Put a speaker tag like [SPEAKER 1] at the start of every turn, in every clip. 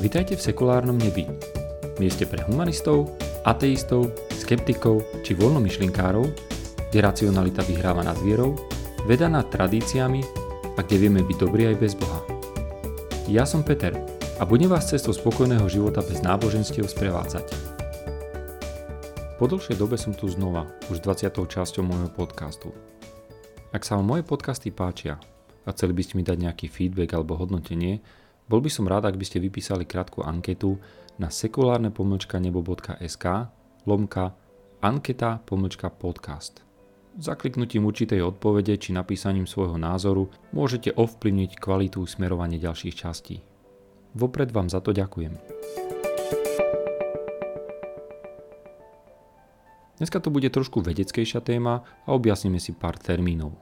[SPEAKER 1] Vitajte v sekulárnom nebi. Mieste pre humanistov, ateistov, skeptikov či voľnomyšlinkárov, kde racionalita vyhráva nad vierou, veda nad tradíciami a kde vieme byť dobrí aj bez Boha. Ja som Peter a budem vás cestou spokojného života bez náboženstiev sprevádzať. Po dlhšej dobe som tu znova, už 20. časťou môjho podcastu. Ak sa vám moje podcasty páčia a chceli by ste mi dať nejaký feedback alebo hodnotenie, bol by som rád, ak by ste vypísali krátku anketu na sekulárne-nebo.sk/anketa-podcast. Zakliknutím určitej odpovede či napísaním svojho názoru môžete ovplyvniť kvalitu smerovania ďalších častí. Vopred vám za to ďakujem. Dneska to bude trošku vedeckejšia téma a objasníme si pár termínov.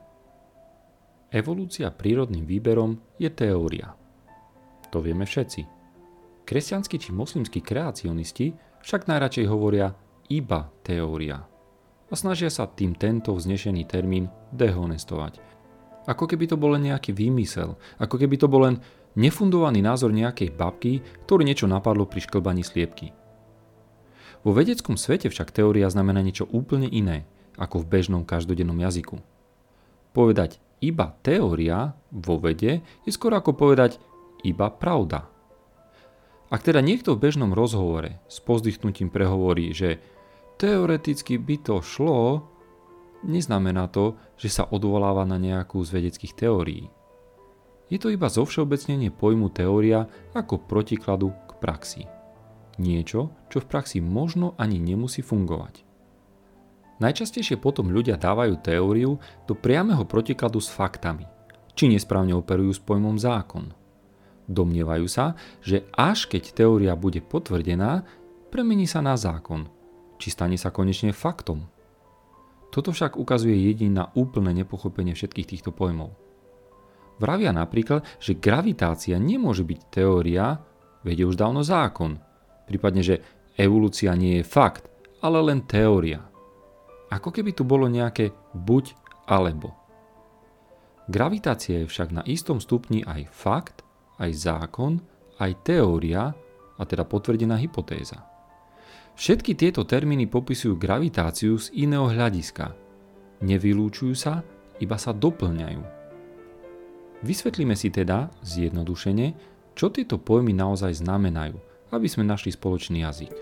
[SPEAKER 1] Evolúcia prírodným výberom je teória. To vieme všetci. Kresťanskí či moslimskí kreacionisti však najradšej hovoria iba teória a snažia sa tým tento vznešený termín dehonestovať. Ako keby to bol len nejaký výmysel, ako keby to bol len nefundovaný názor nejakej babky, ktorý niečo napadlo pri šklbaní sliepky. Vo vedeckom svete však teória znamená niečo úplne iné, ako v bežnom každodennom jazyku. Povedať iba teória vo vede je skoro ako povedať iba pravda. Ak teda niekto v bežnom rozhovore s povzdychnutím prehovorí, že teoreticky by to šlo, neznamená to, že sa odvoláva na nejakú z vedeckých teórií. Je to iba zovšeobecnenie pojmu teória ako protikladu k praxi. Niečo, čo v praxi možno ani nemusí fungovať. Najčastejšie potom ľudia dávajú teóriu do priameho protikladu s faktami, či nesprávne operujú s pojmom zákon. Domnievajú sa, že až keď teória bude potvrdená, premení sa na zákon, či stane sa konečne faktom. Toto však ukazuje jedine na úplné nepochopenie všetkých týchto pojmov. Vravia napríklad, že gravitácia nemôže byť teória, veď je už dávno zákon, prípadne, že evolúcia nie je fakt, ale len teória. Ako keby tu bolo nejaké buď alebo. Gravitácia je však na istom stupni aj fakt, aj zákon, aj teória, a teda potvrdená hypotéza. Všetky tieto termíny popisujú gravitáciu z iného hľadiska. Nevylúčujú sa, iba sa doplňajú. Vysvetlíme si teda, zjednodušene, čo tieto pojmy naozaj znamenajú, aby sme našli spoločný jazyk.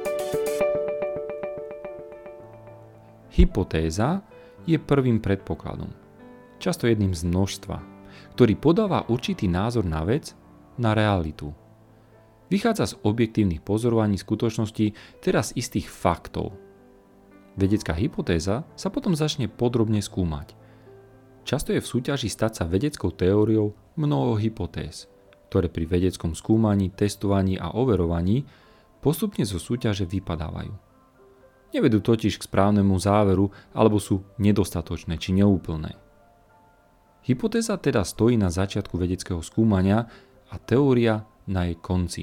[SPEAKER 1] Hypotéza je prvým predpokladom, často jedným z množstva, ktorý podáva určitý názor na vec, na realitu. Vychádza z objektívnych pozorovaní skutočností, teda z istých faktov. Vedecká hypotéza sa potom začne podrobne skúmať. Často je v súťaži stať sa vedeckou teóriou mnoho hypotéz, ktoré pri vedeckom skúmaní, testovaní a overovaní postupne zo súťaže vypadávajú. Nevedú totiž k správnemu záveru alebo sú nedostatočné či neúplné. Hypotéza teda stojí na začiatku vedeckého skúmania a teória na jej konci.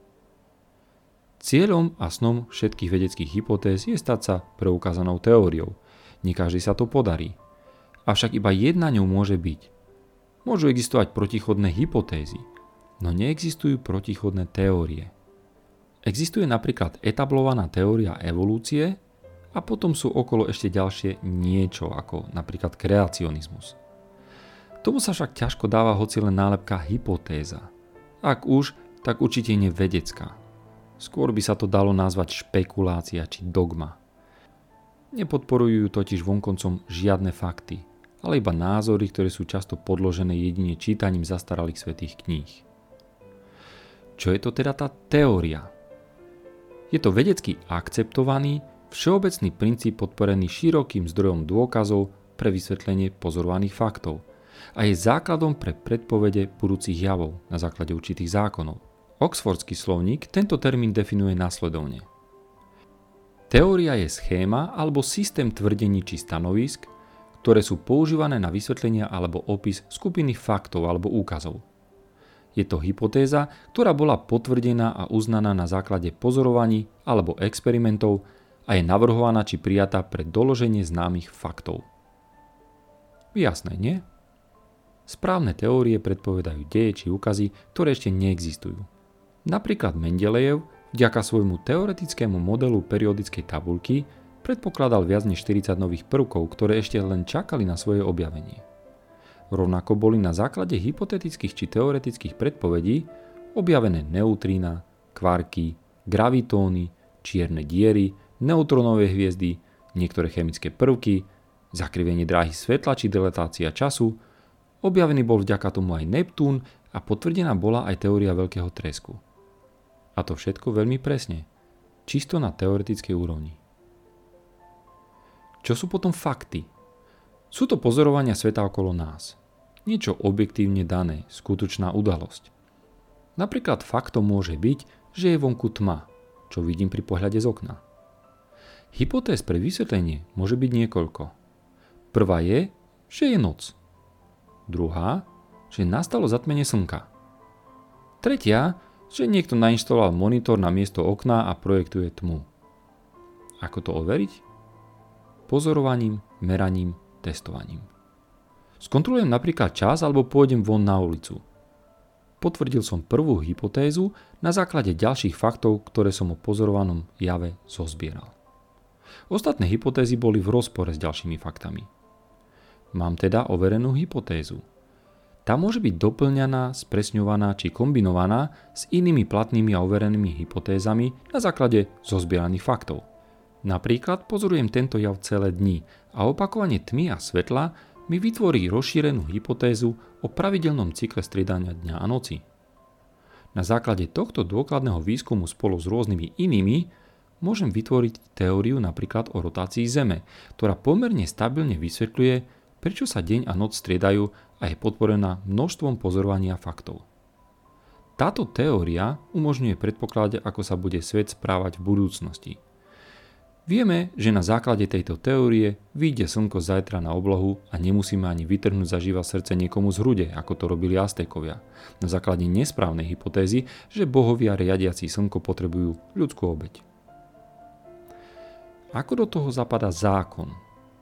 [SPEAKER 1] Cieľom a snom všetkých vedeckých hypotéz je stať sa preukázanou teóriou. Nie každý sa to podarí. Avšak iba jedna ňou môže byť. Môžu existovať protichodné hypotézy, no neexistujú protichodné teórie. Existuje napríklad etablovaná teória evolúcie a potom sú okolo ešte ďalšie niečo, ako napríklad kreacionizmus. Tomu sa však ťažko dáva hoci len nálepka hypotéza. Ak už, tak určite nie vedecká. Skôr by sa to dalo nazvať špekulácia či dogma. Nepodporujú totiž vonkoncom žiadne fakty, ale iba názory, ktoré sú často podložené jedine čítaním zastaralých svätých kníh. Čo je to teda tá teória? Je to vedecky akceptovaný, všeobecný princíp podporený širokým zdrojom dôkazov pre vysvetlenie pozorovaných faktov a je základom pre predpovede budúcich javov na základe určitých zákonov. Oxfordský slovník tento termín definuje nasledovne. Teória je schéma alebo systém tvrdení či stanovisk, ktoré sú používané na vysvetlenia alebo opis skupiny faktov alebo úkazov. Je to hypotéza, ktorá bola potvrdená a uznaná na základe pozorovaní alebo experimentov a je navrhovaná či prijatá pre doloženie známych faktov. Jasné, nie? Správne teórie predpovedajú deje či úkazy, ktoré ešte neexistujú. Napríklad Mendelejev vďaka svojmu teoretickému modelu periodickej tabuľky predpokladal viac než 40 nových prvkov, ktoré ešte len čakali na svoje objavenie. Rovnako boli na základe hypotetických či teoretických predpovedí objavené neutrína, kvarky, gravitóny, čierne diery, neutrónové hviezdy, niektoré chemické prvky, zakrivenie dráhy svetla či dilatácia času. Objavený bol vďaka tomu aj Neptún a potvrdená bola aj teória veľkého tresku. A to všetko veľmi presne, čisto na teoretickej úrovni. Čo sú potom fakty? Sú to pozorovania sveta okolo nás. Niečo objektívne dané, skutočná udalosť. Napríklad faktom môže byť, že je vonku tma, čo vidím pri pohľade z okna. Hypotéz pre vysvetlenie môže byť niekoľko. Prvá je, že je noc. Druhá, že nastalo zatmenie slnka. Tretia, že niekto nainštaloval monitor na miesto okna a projektuje tmu. Ako to overiť? Pozorovaním, meraním, testovaním. Skontrolujem napríklad čas alebo pôjdem von na ulicu. Potvrdil som prvú hypotézu na základe ďalších faktov, ktoré som o pozorovanom jave zozbieral. Ostatné hypotézy boli v rozpore s ďalšími faktami. Mám teda overenú hypotézu. Tá môže byť doplňaná, spresňovaná či kombinovaná s inými platnými a overenými hypotézami na základe zozbieraných faktov. Napríklad pozorujem tento jav celé dni a opakovanie tmy a svetla mi vytvorí rozšírenú hypotézu o pravidelnom cykle striedania dňa a noci. Na základe tohto dôkladného výskumu spolu s rôznymi inými môžem vytvoriť teóriu napríklad o rotácii Zeme, ktorá pomerne stabilne vysvetľuje, prečo sa deň a noc striedajú a je podporená množstvom pozorovania faktov. Táto teória umožňuje predpokladať, ako sa bude svet správať v budúcnosti. Vieme, že na základe tejto teórie vyjde slnko zajtra na oblohu a nemusíme ani vytrhnúť zaživa srdce niekomu z hrude, ako to robili Aztékovia. Na základe nesprávnej hypotézy, že bohovia riadiaci slnko potrebujú ľudskú obeť. Ako do toho zapadá zákon?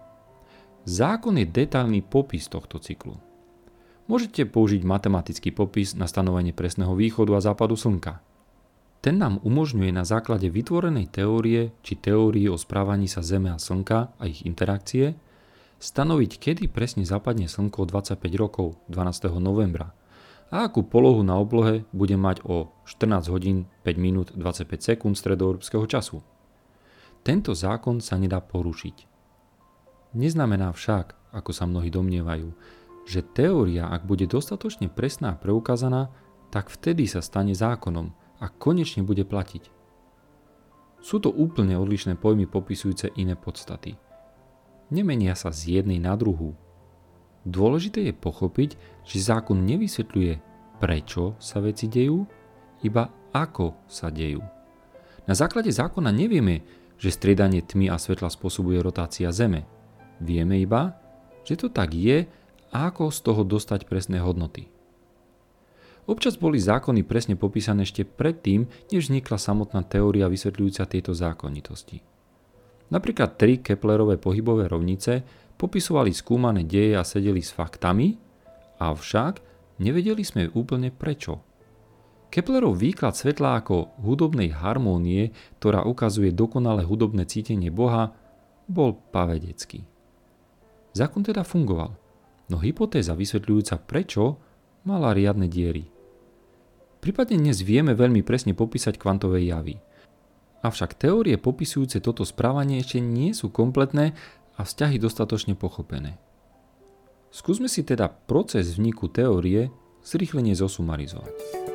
[SPEAKER 1] Zákon je detailný popis tohto cyklu. Môžete použiť matematický popis na stanovenie presného východu a západu slnka. Ten nám umožňuje na základe vytvorenej teórie či teórii o správaní sa Zeme a Slnka a ich interakcie stanoviť, kedy presne zapadne Slnko o 25 rokov 12. novembra a akú polohu na oblohe bude mať o 14 hodín 5 minút 25 sekúnd stredoeurópskeho času. Tento zákon sa nedá porušiť. Neznamená však, ako sa mnohí domnievajú, že teória, ak bude dostatočne presná a preukázaná, tak vtedy sa stane zákonom a konečne bude platiť. Sú to úplne odlišné pojmy popisujúce iné podstaty. Nemenia sa z jednej na druhú. Dôležité je pochopiť, že zákon nevysvetľuje, prečo sa veci dejú, iba ako sa dejú. Na základe zákona nevieme, že striedanie tmy a svetla spôsobuje rotácia Zeme. Vieme iba, že to tak je a ako z toho dostať presné hodnoty. Občas boli zákony presne popísané ešte predtým, než vznikla samotná teória vysvetľujúca tieto zákonitosti. Napríklad 3 Keplerové pohybové rovnice popisovali skúmané deje a sedeli s faktami, avšak nevedeli sme úplne prečo. Keplerov výklad svetla ako hudobnej harmónie, ktorá ukazuje dokonalé hudobné cítenie Boha, bol pavedecký. Zákon teda fungoval, no hypotéza vysvetľujúca prečo mala riadne diery. Prípadne dnes vieme veľmi presne popísať kvantové javy. Avšak teórie popisujúce toto správanie ešte nie sú kompletné a vzťahy dostatočne pochopené. Skúsme si teda proces vzniku teórie zrýchlene zosumarizovať.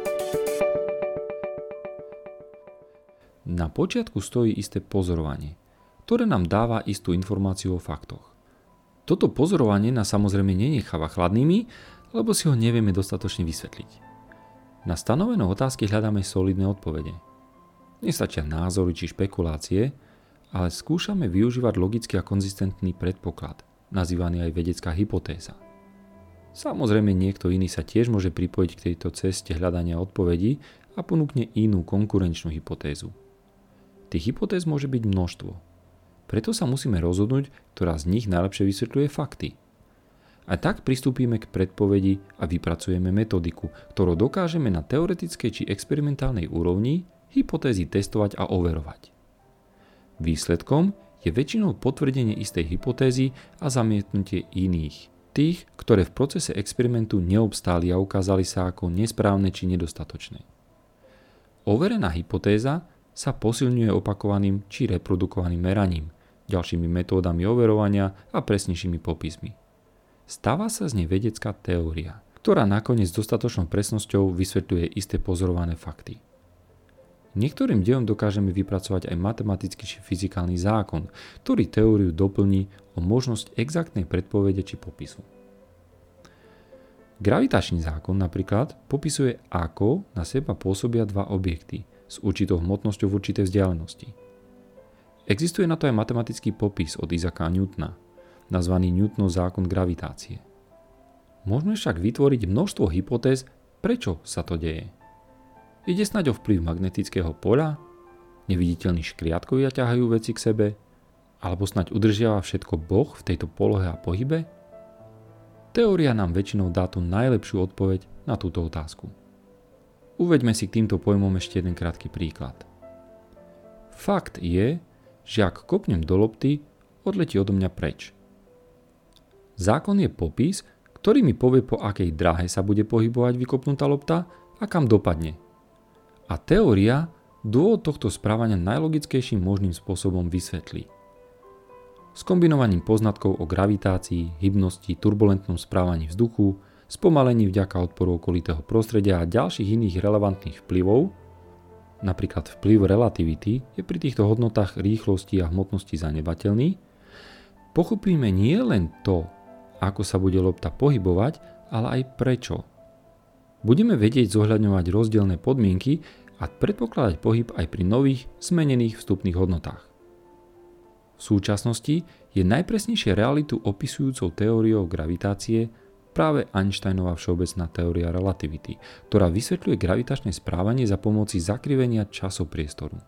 [SPEAKER 1] Na počiatku stojí isté pozorovanie, ktoré nám dáva istú informáciu o faktoch. Toto pozorovanie nás samozrejme nenecháva chladnými, lebo si ho nevieme dostatočne vysvetliť. Na stanovené otázky hľadáme solidné odpovede. Nestačia názory či špekulácie, ale skúšame využívať logický a konzistentný predpoklad, nazývaný aj vedecká hypotéza. Samozrejme niekto iný sa tiež môže pripojiť k tejto ceste hľadania odpovedí a ponúkne inú konkurenčnú hypotézu. Tých hypotéz môže byť množstvo. Preto sa musíme rozhodnúť, ktorá z nich najlepšie vysvetľuje fakty. A tak pristúpime k predpovedi a vypracujeme metodiku, ktorou dokážeme na teoretickej či experimentálnej úrovni hypotézy testovať a overovať. Výsledkom je väčšinou potvrdenie istej hypotézy a zamietnutie iných, tých, ktoré v procese experimentu neobstáli a ukázali sa ako nesprávne či nedostatočné. Overená hypotéza sa posilňuje opakovaným či reprodukovaným meraním, ďalšími metódami overovania a presnejšími popismi. Stáva sa z nej vedecká teória, ktorá nakoniec s dostatočnou presnosťou vysvetľuje isté pozorované fakty. Niektorým dielom dokážeme vypracovať aj matematický či fyzikálny zákon, ktorý teóriu doplní o možnosť exaktnej predpovede či popisu. Gravitačný zákon napríklad popisuje, ako na seba pôsobia dva objekty s určitou hmotnosťou v určitej vzdialenosti. Existuje na to aj matematický popis od Isaaca Newtona, nazvaný Newtonov zákon gravitácie. Môžeme však vytvoriť množstvo hypotéz, prečo sa to deje. Ide snáď o vplyv magnetického poľa, neviditeľní škriatkovia ťahajú veci k sebe, alebo snáď udržiava všetko Boh v tejto polohe a pohybe? Teória nám väčšinou dá tú najlepšiu odpoveď na túto otázku. Uveďme si k týmto pojmom ešte jeden krátky príklad. Fakt je, že ak kopnem do lopty, odletí odo mňa preč. Zákon je popis, ktorý mi povie, po akej dráhe sa bude pohybovať vykopnutá lopta a kam dopadne. A teória dôvod tohto správania najlogickejším možným spôsobom vysvetlí. S kombinovaním poznatkov o gravitácii, hybnosti, turbulentnom správaní vzduchu, spomalení vďaka odporu okolitého prostredia a ďalších iných relevantných vplyvov, napríklad vplyv relativity je pri týchto hodnotách rýchlosti a hmotnosti zanedbateľný, pochopíme nie len to, ako sa bude lopta pohybovať, ale aj prečo. Budeme vedieť zohľadňovať rozdielne podmienky a predpokladať pohyb aj pri nových, zmenených vstupných hodnotách. V súčasnosti je najpresnejšie realitu opisujúcou teóriou gravitácie práve Einsteinova všeobecná teória relativity, ktorá vysvetľuje gravitačné správanie za pomoci zakrivenia časopriestoru.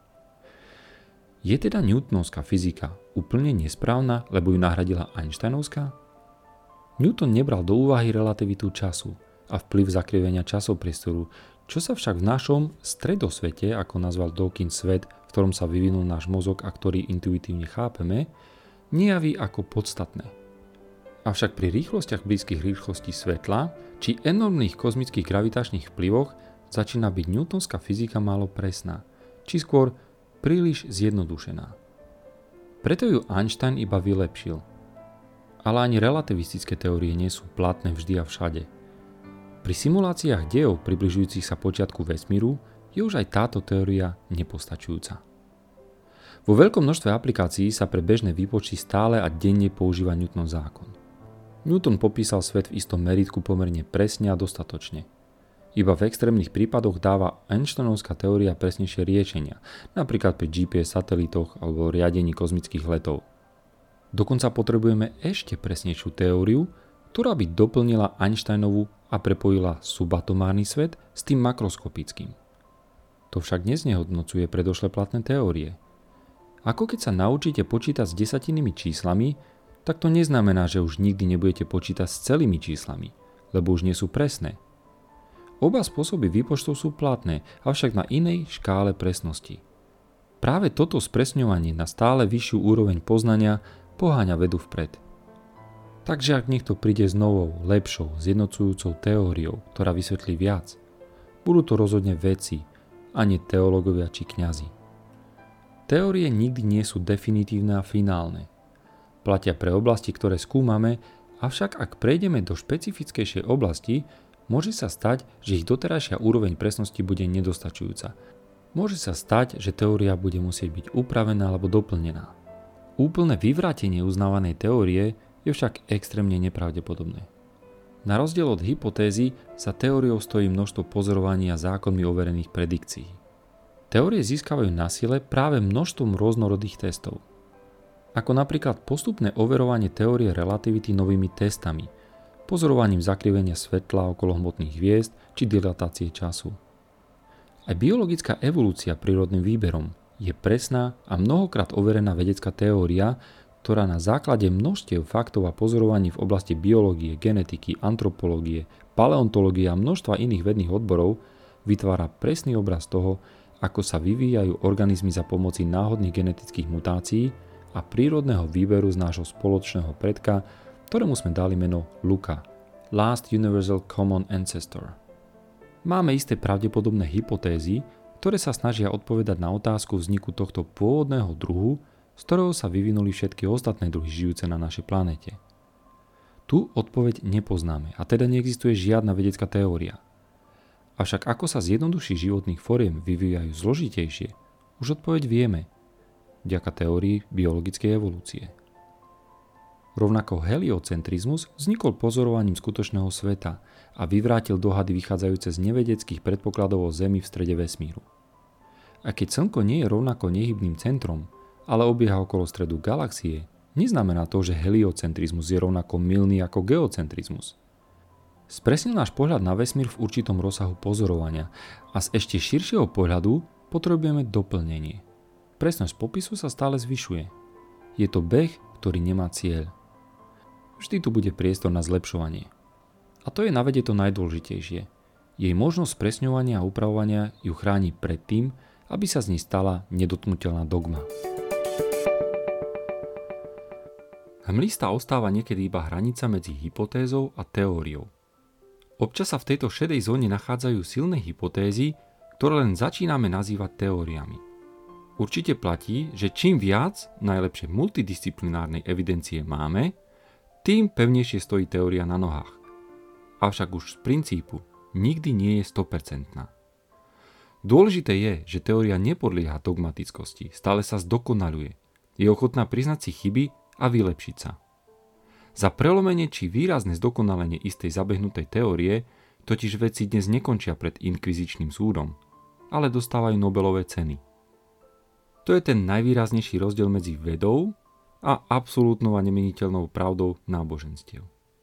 [SPEAKER 1] Je teda newtonovská fyzika úplne nesprávna, lebo ju nahradila Einsteinovská? Newton nebral do úvahy relativitu času a vplyv zakrivenia časopriestoru, čo sa však v našom stredosvete, ako nazval Dawkins svet, v ktorom sa vyvinul náš mozog a ktorý intuitívne chápeme, nejaví ako podstatné. Avšak pri rýchlostiach blízkych rýchlosti svetla či enormných kozmických gravitačných vplyvoch začína byť newtonská fyzika málo presná, či skôr príliš zjednodušená. Preto ju Einstein iba vylepšil. Ale ani relativistické teórie nie sú platné vždy a všade. Pri simuláciách dejov približujúcich sa počiatku vesmíru je už aj táto teória nepostačujúca. Vo veľkom množstve aplikácií sa pre bežné výpočty stále a denne používa Newtonov zákon. Newton popísal svet v istom meritku pomerne presne a dostatočne. Iba v extrémnych prípadoch dáva Einsteinovská teória presnejšie riešenia, napríklad pri GPS satelitoch alebo riadení kozmických letov. Dokonca potrebujeme ešte presnejšiu teóriu, ktorá by doplnila Einsteinovú a prepojila subatomárny svet s tým makroskopickým. To však neznehodnocuje predošlé platné teórie. Ako keď sa naučíte počítať s desatinnými číslami, tak to neznamená, že už nikdy nebudete počítať s celými číslami, lebo už nie sú presné. Oba spôsoby výpočtov sú platné, avšak na inej škále presnosti. Práve toto spresňovanie na stále vyššiu úroveň poznania poháňa vedu vpred. Takže ak niekto príde s novou, lepšou, zjednocujúcou teóriou, ktorá vysvetlí viac, budú to rozhodne vedci, a nie teológovia či kňazi. Teórie nikdy nie sú definitívne a finálne. Platia pre oblasti, ktoré skúmame, avšak ak prejdeme do špecifickejšej oblasti, môže sa stať, že ich doterajšia úroveň presnosti bude nedostačujúca. Môže sa stať, že teória bude musieť byť upravená alebo doplnená. Úplné vyvrátenie uznávanej teórie je však extrémne nepravdepodobné. Na rozdiel od hypotézy sa teóriou stojí množstvo pozorovaní a zákonmi overených predikcií. Teórie získavajú na sile práve množstvom rôznorodých testov. Ako napríklad postupné overovanie teórie relativity novými testami, pozorovaním zakrivenia svetla okolo hmotných hviezd či dilatácie času. Aj biologická evolúcia prírodným výberom je presná a mnohokrát overená vedecká teória, ktorá na základe množstiev faktov a pozorovaní v oblasti biológie, genetiky, antropológie, paleontológie a množstva iných vedných odborov vytvára presný obraz toho, ako sa vyvíjajú organizmy za pomoci náhodných genetických mutácií a prírodného výberu z nášho spoločného predka, ktorému sme dali meno Luka, Last Universal Common Ancestor. Máme isté pravdepodobné hypotézy, ktoré sa snažia odpovedať na otázku vzniku tohto pôvodného druhu, z ktorého sa vyvinuli všetky ostatné druhy žijúce na našej planéte. Tu odpoveď nepoznáme a teda neexistuje žiadna vedecká teória. Avšak ako sa z jednoduchších životných foriem vyvíjajú zložitejšie, už odpoveď vieme, vďaka teórii biologickej evolúcie. Rovnako heliocentrizmus vznikol pozorovaním skutočného sveta a vyvrátil dohady vychádzajúce z nevedeckých predpokladov o Zemi v strede vesmíru. A keď Slnko nie je rovnako nehybným centrom, ale obieha okolo stredu galaxie, neznamená to, že heliocentrizmus je rovnako mylný ako geocentrizmus. Spresnil náš pohľad na vesmír v určitom rozsahu pozorovania a z ešte širšieho pohľadu potrebujeme doplnenie. Presnosť popisu sa stále zvyšuje. Je to beh, ktorý nemá cieľ. Vždy tu bude priestor na zlepšovanie. A to je na vede to najdôležitejšie. Jej možnosť spresňovania a upravovania ju chráni pred tým, aby sa z nej stala nedotknuteľná dogma. Hmlistá ostáva niekedy iba hranica medzi hypotézou a teóriou. Občas sa v tejto šedej zóne nachádzajú silné hypotézy, ktoré len začíname nazývať teóriami. Určite platí, že čím viac najlepšie multidisciplinárnej evidencie máme, tým pevnejšie stojí teória na nohách. Avšak už z princípu nikdy nie je 100%. Dôležité je, že teória nepodlieha dogmatickosti, stále sa zdokonaľuje. Je ochotná priznať si chyby a vylepšiť sa. Za prelomenie či výrazné zdokonalenie istej zabehnutej teórie totiž vedci dnes nekončia pred inkvizičným súdom, ale dostávajú Nobelové ceny. To je ten najvýraznejší rozdiel medzi vedou a absolútnou a nemeniteľnou pravdou náboženstiev.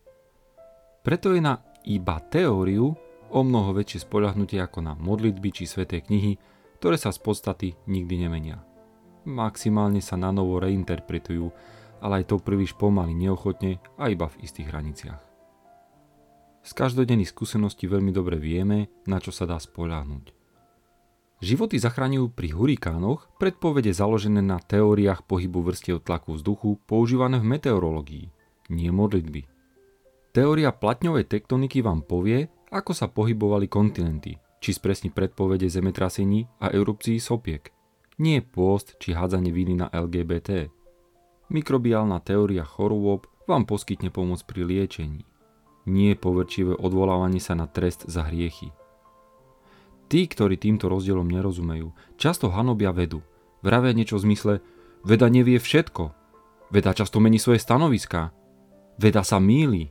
[SPEAKER 1] Preto je na iba teóriu o mnoho väčšie spoľahnutie ako na modlitby či sväté knihy, ktoré sa z podstaty nikdy nemenia. Maximálne sa na novo reinterpretujú, ale aj to príliš pomaly, neochotne a iba v istých hraniciach. Z každodenných skúseností veľmi dobre vieme, na čo sa dá spoľahnúť. Životy zachraňujú pri hurikánoch predpovede založené na teóriách pohybu vrstiev tlaku vzduchu používané v meteorológii, nie modlitby. Teória platňovej tektoniky vám povie, ako sa pohybovali kontinenty, či spresní predpovede zemetrasení a erupcií sopiek. Nie pôst či hádzanie viny na LGBT. Mikrobiálna teória chorôb vám poskytne pomoc pri liečení. Nie poverčivé odvolávanie sa na trest za hriechy. Tí, ktorí týmto rozdielom nerozumejú, často hanobia vedu. Vravia niečo v zmysle: veda nevie všetko. Veda často mení svoje stanoviská. Veda sa mýli.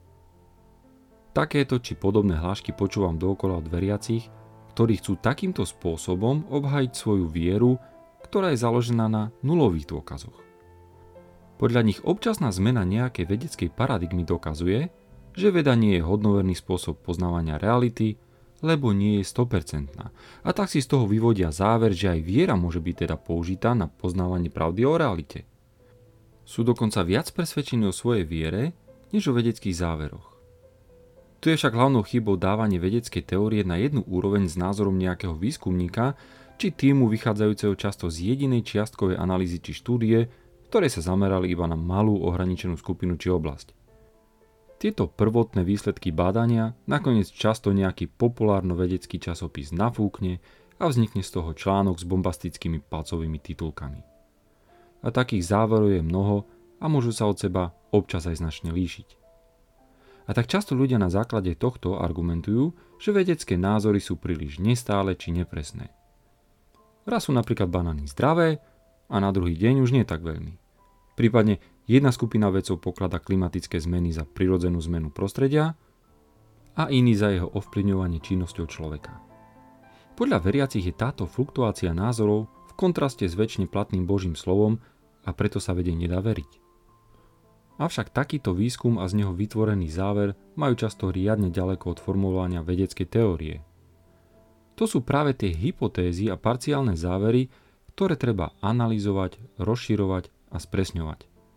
[SPEAKER 1] Takéto či podobné hlášky počúvam dookola od veriacich, ktorí chcú takýmto spôsobom obhájiť svoju vieru, ktorá je založená na nulových dôkazoch. Podľa nich občasná zmena nejakej vedeckej paradigmy dokazuje, že veda nie je hodnoverný spôsob poznávania reality, lebo nie je 100%. A tak si z toho vyvodia záver, že aj viera môže byť teda použitá na poznávanie pravdy o realite. Sú dokonca viac presvedčení o svojej viere, než o vedeckých záveroch. Tu je však hlavnou chybou dávanie vedeckej teórie na jednu úroveň s názorom nejakého výskumníka, či týmu vychádzajúceho často z jedinej čiastkovej analýzy či štúdie, ktoré sa zamerali iba na malú ohraničenú skupinu či oblasť. Tieto prvotné výsledky bádania nakoniec často nejaký populárno-vedecký časopis nafúkne a vznikne z toho článok s bombastickými palcovými titulkami. A takých záverov je mnoho a môžu sa od seba občas aj značne líšiť. A tak často ľudia na základe tohto argumentujú, že vedecké názory sú príliš nestále či nepresné. Raz sú napríklad banány zdravé a na druhý deň už nie tak veľmi. Prípadne jedna skupina vedcov pokladá klimatické zmeny za prirodzenú zmenu prostredia a iný za jeho ovplyvňovanie činnosťou človeka. Podľa veriacich je táto fluktuácia názorov v kontraste s večne platným Božím slovom a preto sa vede nedá veriť. Avšak takýto výskum a z neho vytvorený záver majú často riadne ďaleko od formulovania vedeckej teórie. To sú práve tie hypotézy a parciálne závery, ktoré treba analyzovať, rozširovať a spresňovať.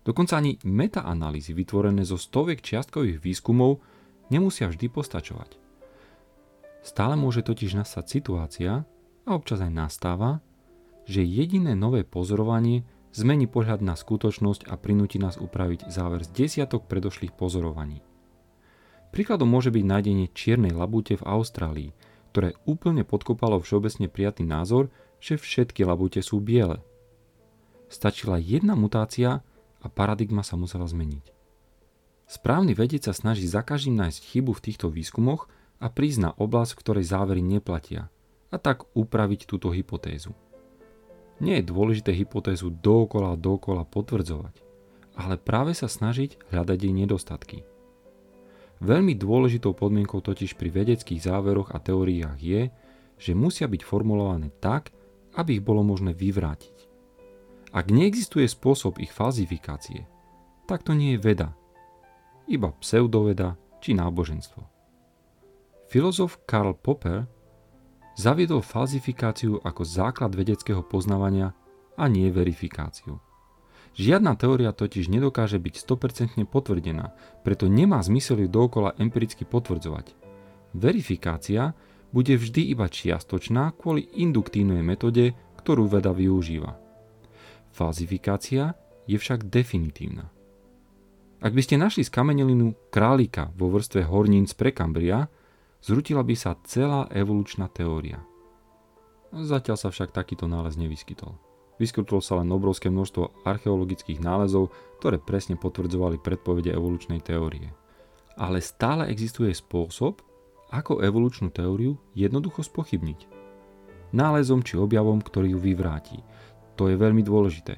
[SPEAKER 1] Dokonca ani metaanalýzy vytvorené zo stoviek čiastkových výskumov nemusia vždy postačovať. Stále môže totiž nastať situácia, a občas aj nastáva, že jediné nové pozorovanie zmení pohľad na skutočnosť a prinúti nás upraviť záver z desiatok predošlých pozorovaní. Príkladom môže byť nájdenie čiernej labúte v Austrálii, ktoré úplne podkopalo všeobecne prijatý názor, že všetky labúte sú biele. Stačila jedna mutácia a paradigma sa musela zmeniť. Správny vedec sa snaží za každým nájsť chybu v týchto výskumoch a prísť na oblasť, v ktorej závery neplatia, a tak upraviť túto hypotézu. Nie je dôležité hypotézu dookola potvrdzovať, ale práve sa snažiť hľadať jej nedostatky. Veľmi dôležitou podmienkou totiž pri vedeckých záveroch a teóriách je, že musia byť formulované tak, aby ich bolo možné vyvrátiť. Ak neexistuje spôsob ich falzifikácie, tak to nie je veda, iba pseudoveda či náboženstvo. Filozof Karl Popper zaviedol falzifikáciu ako základ vedeckého poznávania a nie verifikáciu. Žiadna teória totiž nedokáže byť 100% potvrdená, preto nemá zmysel ju dookola empiricky potvrdzovať. Verifikácia bude vždy iba čiastočná kvôli induktívnej metóde, ktorú veda využíva. Falzifikácia je však definitívna. Ak by ste našli skamenelinu králika vo vrstve hornín z Prekambria, zrútila by sa celá evolučná teória. Zatiaľ sa však takýto nález nevyskytol. Vyskytlo sa len obrovské množstvo archeologických nálezov, ktoré presne potvrdzovali predpovede evolučnej teórie. Ale stále existuje spôsob, ako evolučnú teóriu jednoducho spochybniť. Nálezom či objavom, ktorý ju vyvráti. To je veľmi dôležité.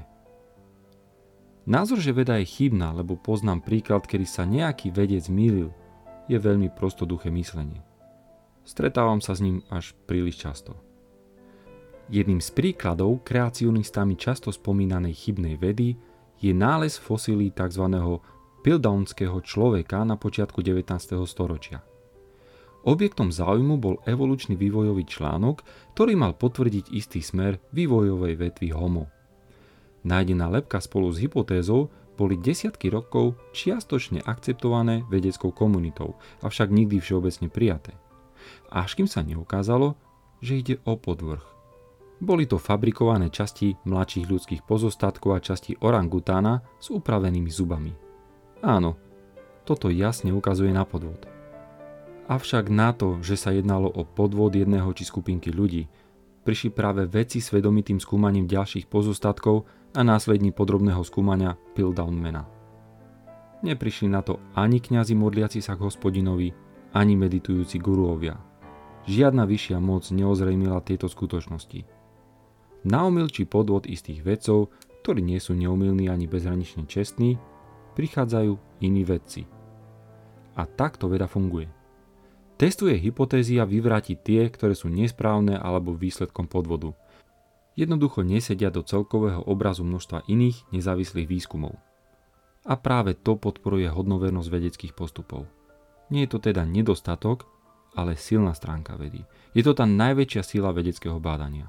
[SPEAKER 1] Názor, že veda je chybná, lebo poznám príklad, kedy sa nejaký vedec mýlil, je veľmi prostoduché myslenie. Stretávam sa s ním až príliš často. Jedným z príkladov kreacionistami často spomínanej chybnej vedy je nález fosílií tzv. Piltdownského človeka na počiatku 19. storočia. Objektom záujmu bol evolučný vývojový článok, ktorý mal potvrdiť istý smer vývojovej vetvy Homo. Nájdená lebka spolu s hypotézou boli desiatky rokov čiastočne akceptované vedeckou komunitou, avšak nikdy všeobecne prijaté. Až kým sa neukázalo, že ide o podvrh. Boli to fabrikované časti mladších ľudských pozostatkov a časti orangutána s upravenými zubami. Áno, toto jasne ukazuje na podvod. Avšak na to, že sa jednalo o podvod jedného či skupinky ľudí, prišli práve vedci svedomitým skúmaním ďalších pozostatkov a následní podrobného skúmania Piltdownmana. Neprišli na to ani kňazi modliaci sa k Hospodinovi, ani meditujúci guruovia. Žiadna vyššia moc neozrejmila tieto skutočnosti. Na omyl či podvod istých vedcov, ktorí nie sú neomylní ani bezhranične čestní, prichádzajú iní vedci. A takto veda funguje. Testuje hypotézy a vyvráti tie, ktoré sú nesprávne alebo výsledkom podvodu. Jednoducho nesedia do celkového obrazu množstva iných nezávislých výskumov. A práve to podporuje hodnovernosť vedeckých postupov. Nie je to teda nedostatok, ale silná stránka vedy. Je to tá najväčšia sila vedeckého bádania.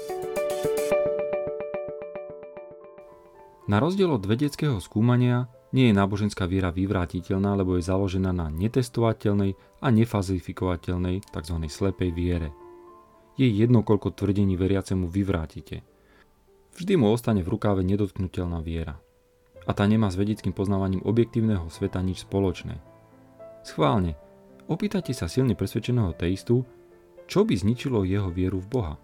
[SPEAKER 1] Na rozdiel od vedeckého skúmania nie je náboženská viera vyvrátiteľná, lebo je založená na netestovateľnej a nefalzifikovateľnej tzv. Slepej viere. Je jedno, koľko tvrdení veriacemu vyvrátite. Vždy mu ostane v rukáve nedotknuteľná viera. A tá nemá s vedeckým poznávaním objektívneho sveta nič spoločné. Schválne, opýtajte sa silne presvedčeného teistu, čo by zničilo jeho vieru v Boha.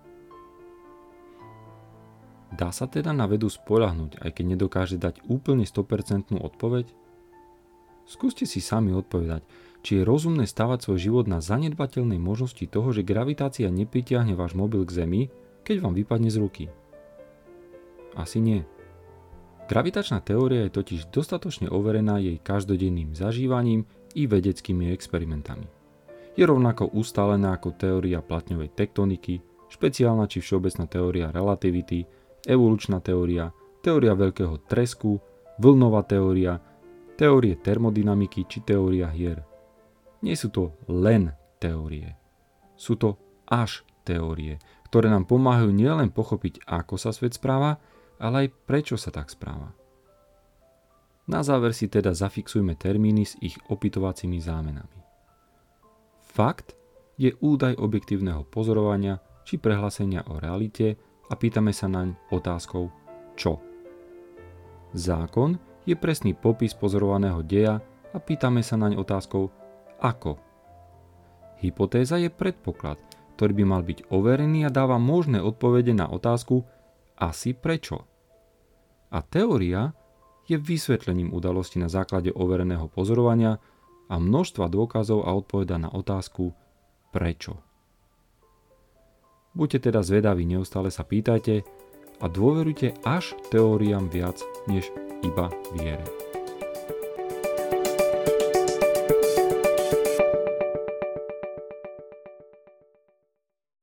[SPEAKER 1] Dá sa teda na vedu spoľahnúť, aj keď nedokáže dať úplne 100% odpoveď? Skúste si sami odpovedať, či je rozumné stavať svoj život na zanedbateľnej možnosti toho, že gravitácia nepritiahne váš mobil k Zemi, keď vám vypadne z ruky. Asi nie. Gravitačná teória je totiž dostatočne overená jej každodenným zažívaním i vedeckými experimentami. Je rovnako ustálená ako teória platňovej tektoniky, špeciálna či všeobecná teória relativity, evolučná teória, teória veľkého tresku, vlnová teória, teórie termodynamiky či teória hier. Nie sú to len teórie. Sú to až teórie, ktoré nám pomáhajú nielen pochopiť, ako sa svet správa, ale aj prečo sa tak správa. Na záver si teda zafixujme termíny s ich opytovacími zámenami. Fakt je údaj objektívneho pozorovania či prehlásenia o realite a pýtame sa naň otázkou čo. Zákon je presný popis pozorovaného deja a pýtame sa naň otázkou ako. Hypotéza je predpoklad, ktorý by mal byť overený a dáva možné odpovede na otázku asi prečo. A teória je vysvetlením udalosti na základe overeného pozorovania a množstva dôkazov a odpoveda na otázku prečo. Buďte teda zvedaví, neustále sa pýtajte a dôverujte až teóriám viac než iba viere.